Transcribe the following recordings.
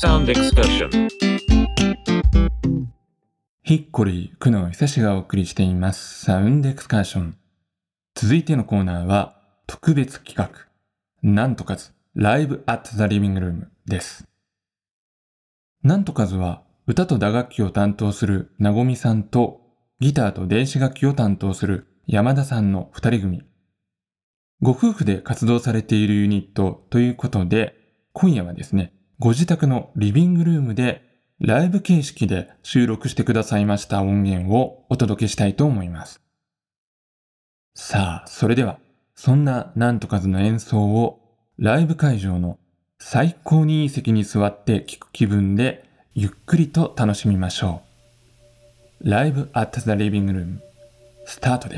Sound Excursion。 ヒッコリー久野久志がお送りしていますサウンドエクスカーション。続いてのコーナーは特別企画なんとかずライブアットザリビングルームです。なんとかずは歌と打楽器を担当するなごみさんとギターと電子楽器を担当する山田さんの二人組。ご夫婦で活動されているユニットということで、今夜はですね、ご自宅のリビングルームでライブ形式で収録してくださいました音源をお届けしたいと思います。さあ、それでは、そんななんとかずの演奏をライブ会場の最高にいい席に座って聴く気分でゆっくりと楽しみましょう。ライブアットザリビングルーム、スタートです。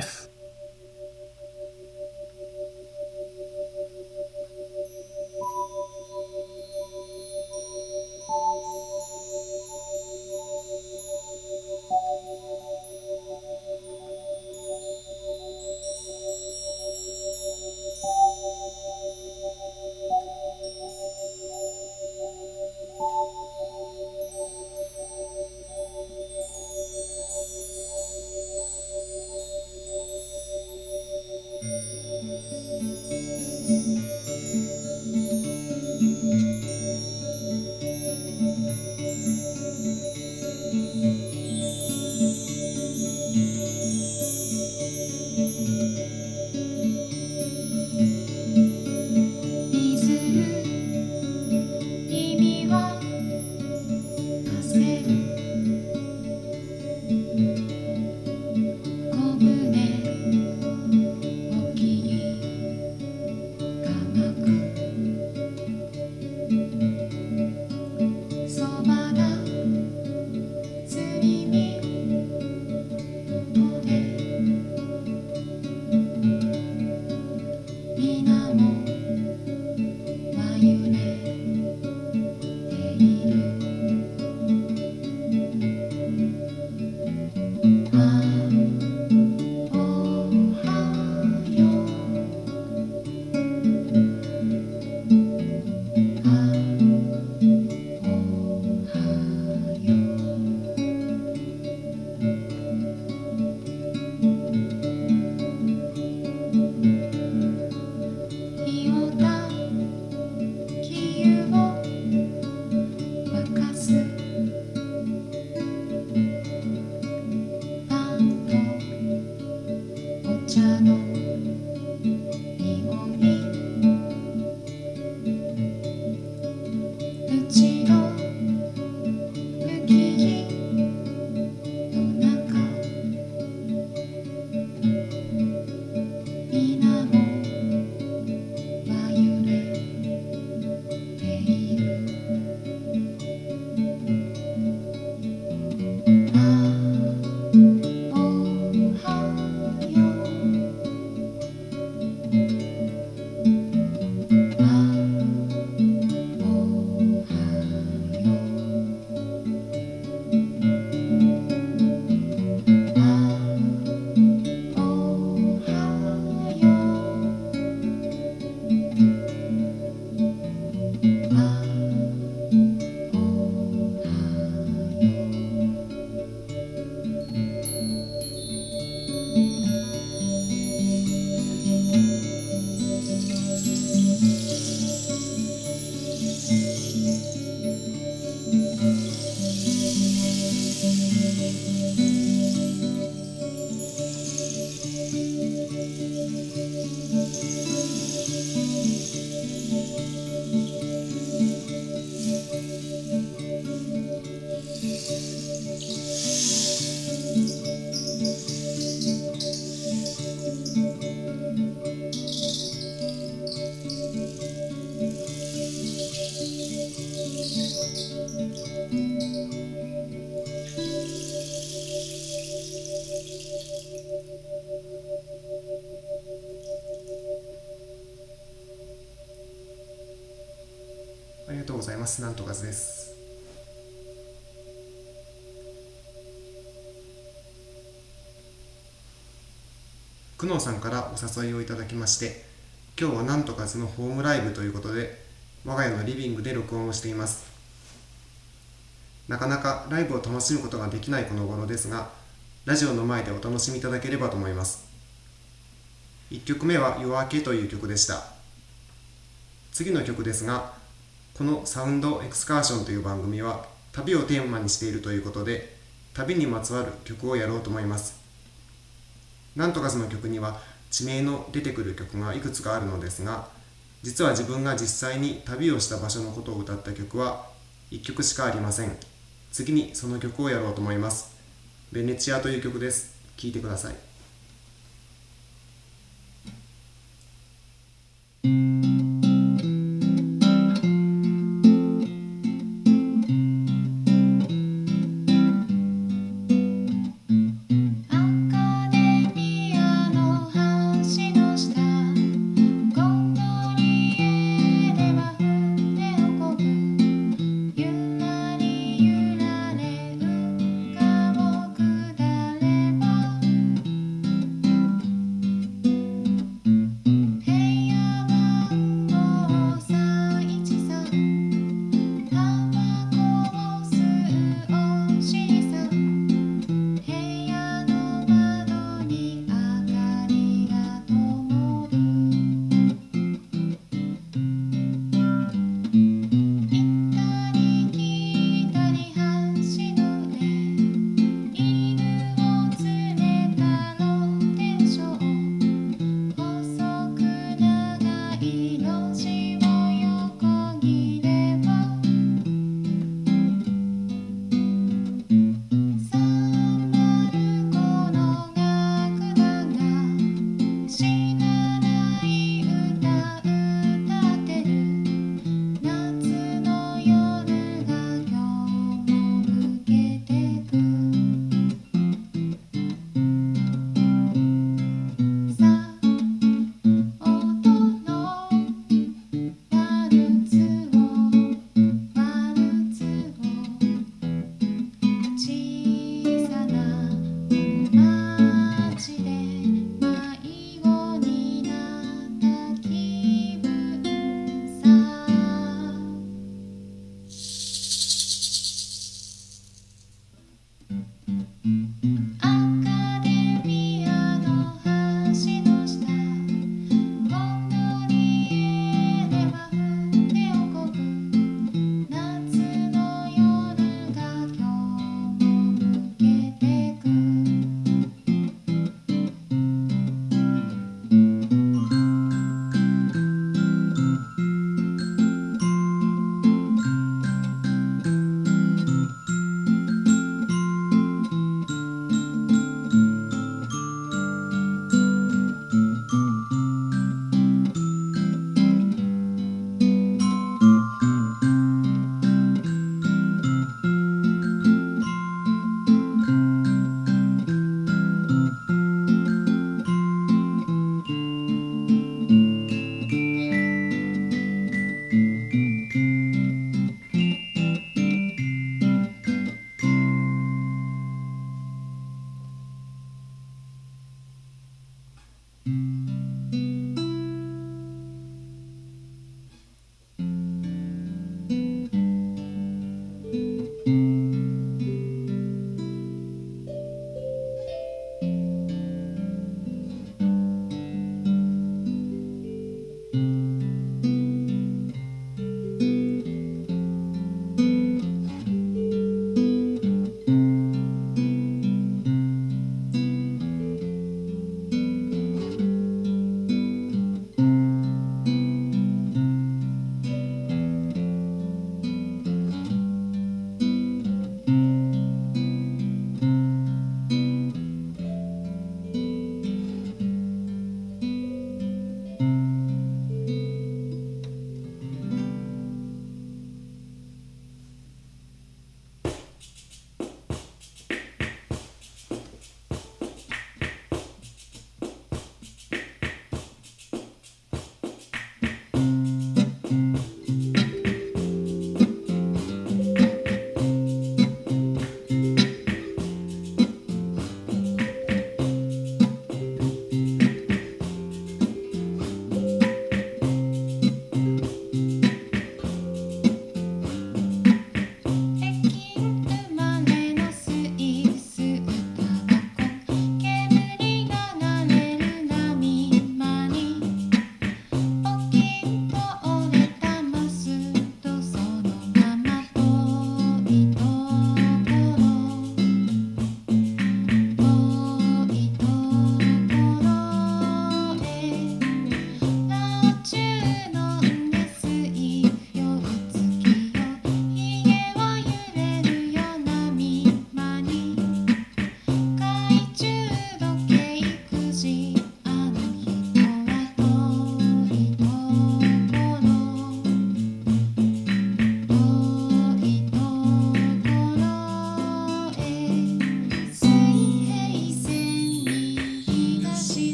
ありがとうございます。なんとかずです。久能さんからお誘いをいただきまして、今日はなんとかずのホームライブということで我が家のリビングで録音をしています。 なかなかライブを楽しむことができないこの頃ですが、ラジオの前でお楽しみいただければと思います。1曲目は夜明けという曲でした。次の曲ですが、このサウンドエクスカーションという番組は旅をテーマにしているということで、旅にまつわる曲をやろうと思います。なんとかその曲には地名の出てくる曲がいくつかあるのですが、実は自分が実際に旅をした場所のことを歌った曲は1曲しかありません。次にその曲をやろうと思います。ベネチアという曲です。聴いてください。 アカデミアの橋の下、ゴンドリエでは船を漕ぐ。ゆらりゆられ運河を下れば、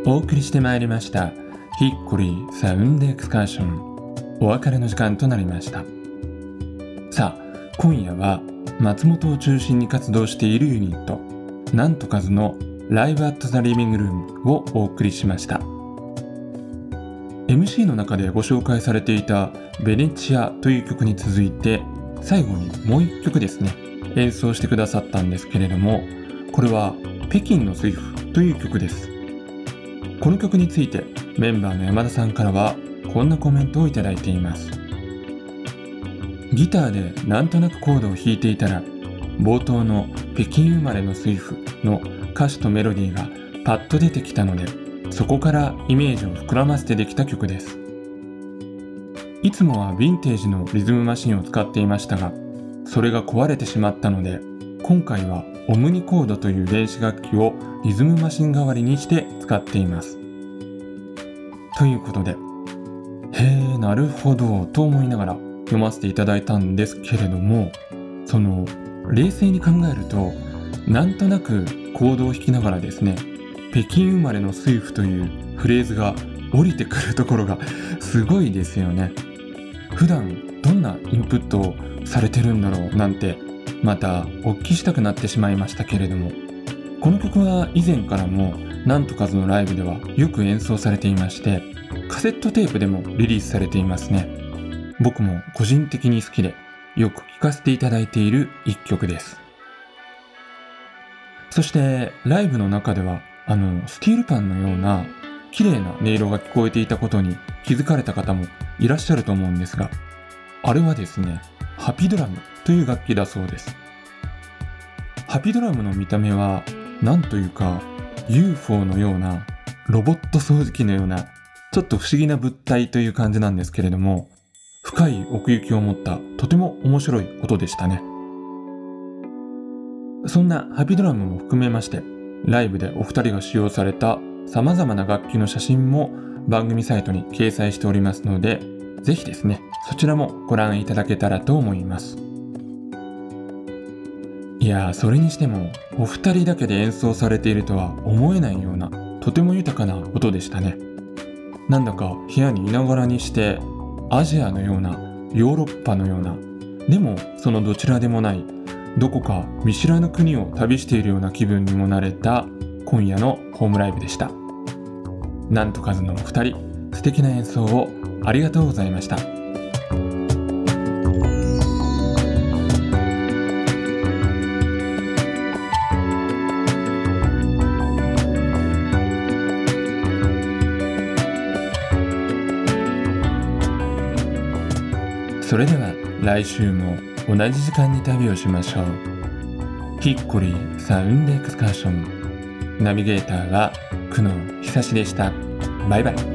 お送りしてまいりましたヒッコリーサウンドエクスカーション、お別れの時間となりました。さあ今夜は松本を中心に活動しているユニットなんとかずのライブアットザリビングルームをお送りしました。 MC の中でご紹介されていたベネチアという曲に続いて最後にもう一曲ですね演奏してくださったんですけれども、これは北京の水夫という曲です。この曲についてメンバーの山田さんからはこんなコメントをいただいています。ギターでなんとなくコードを弾いていたら冒頭の北京生まれの水夫の歌詞とメロディーがパッと出てきたので、そこからイメージを膨らませてできた曲です。いつもはヴィンテージのリズムマシンを使っていましたが、それが壊れてしまったので、今回はオムニコードという電子楽器をリズムマシン代わりにして使っています。ということで、へーなるほどと思いながら読ませていただいたんですけれども、冷静に考えるとなんとなくコードを弾きながらですね、北京生まれの水夫というフレーズが降りてくるところがすごいですよね。普段どんなインプットをされてるんだろうなんてまたお聞きしたくなってしまいましたけれども、この曲は以前からもなんとかずのライブではよく演奏されていまして、カセットテープでもリリースされていますね。僕も個人的に好きでよく聴かせていただいている一曲です。そしてライブの中ではスティールパンのような綺麗な音色が聞こえていたことに気づかれた方もいらっしゃると思うんですが、あれはですね、ハピドラムという楽器だそうです。ハピドラムの見た目はなんというか UFO のようなロボット掃除機のようなちょっと不思議な物体という感じなんですけれども、深い奥行きを持ったとても面白い音でしたね。そんなハピドラムも含めまして、ライブでお二人が使用された様々な楽器の写真も番組サイトに掲載しておりますので、ぜひですねそちらもご覧いただけたらと思います。いやそれにしてもお二人だけで演奏されているとは思えないようなとても豊かな音でしたね。なんだか部屋にいながらにしてアジアのようなヨーロッパのような、でもそのどちらでもないどこか見知らぬ国を旅しているような気分にもなれた今夜のホームライブでした。なんとかずのお二人、素敵な演奏をありがとうございました。それでは来週も同じ時間に旅をしましょう。ヒッコリーサウンドエクスカーション、ナビゲーターは久野久志でした。バイバイ。